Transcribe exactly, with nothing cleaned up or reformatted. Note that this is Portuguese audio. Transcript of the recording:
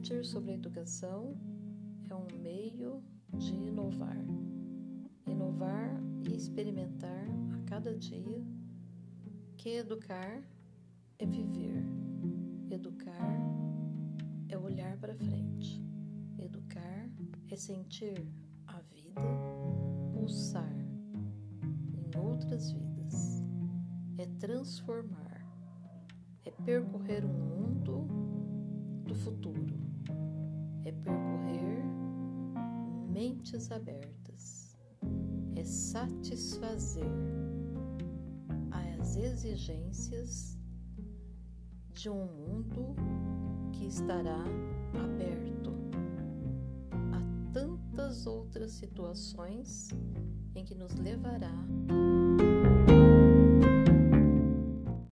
Refletir sobre a educação é um meio de inovar. Inovar e experimentar a cada dia que educar é viver. Educar é olhar para frente. Educar é sentir a vida pulsar em outras vidas. É transformar. É percorrer um mundo do futuro. É percorrer mentes abertas. É satisfazer as exigências de um mundo que estará aberto a tantas outras situações em que nos levará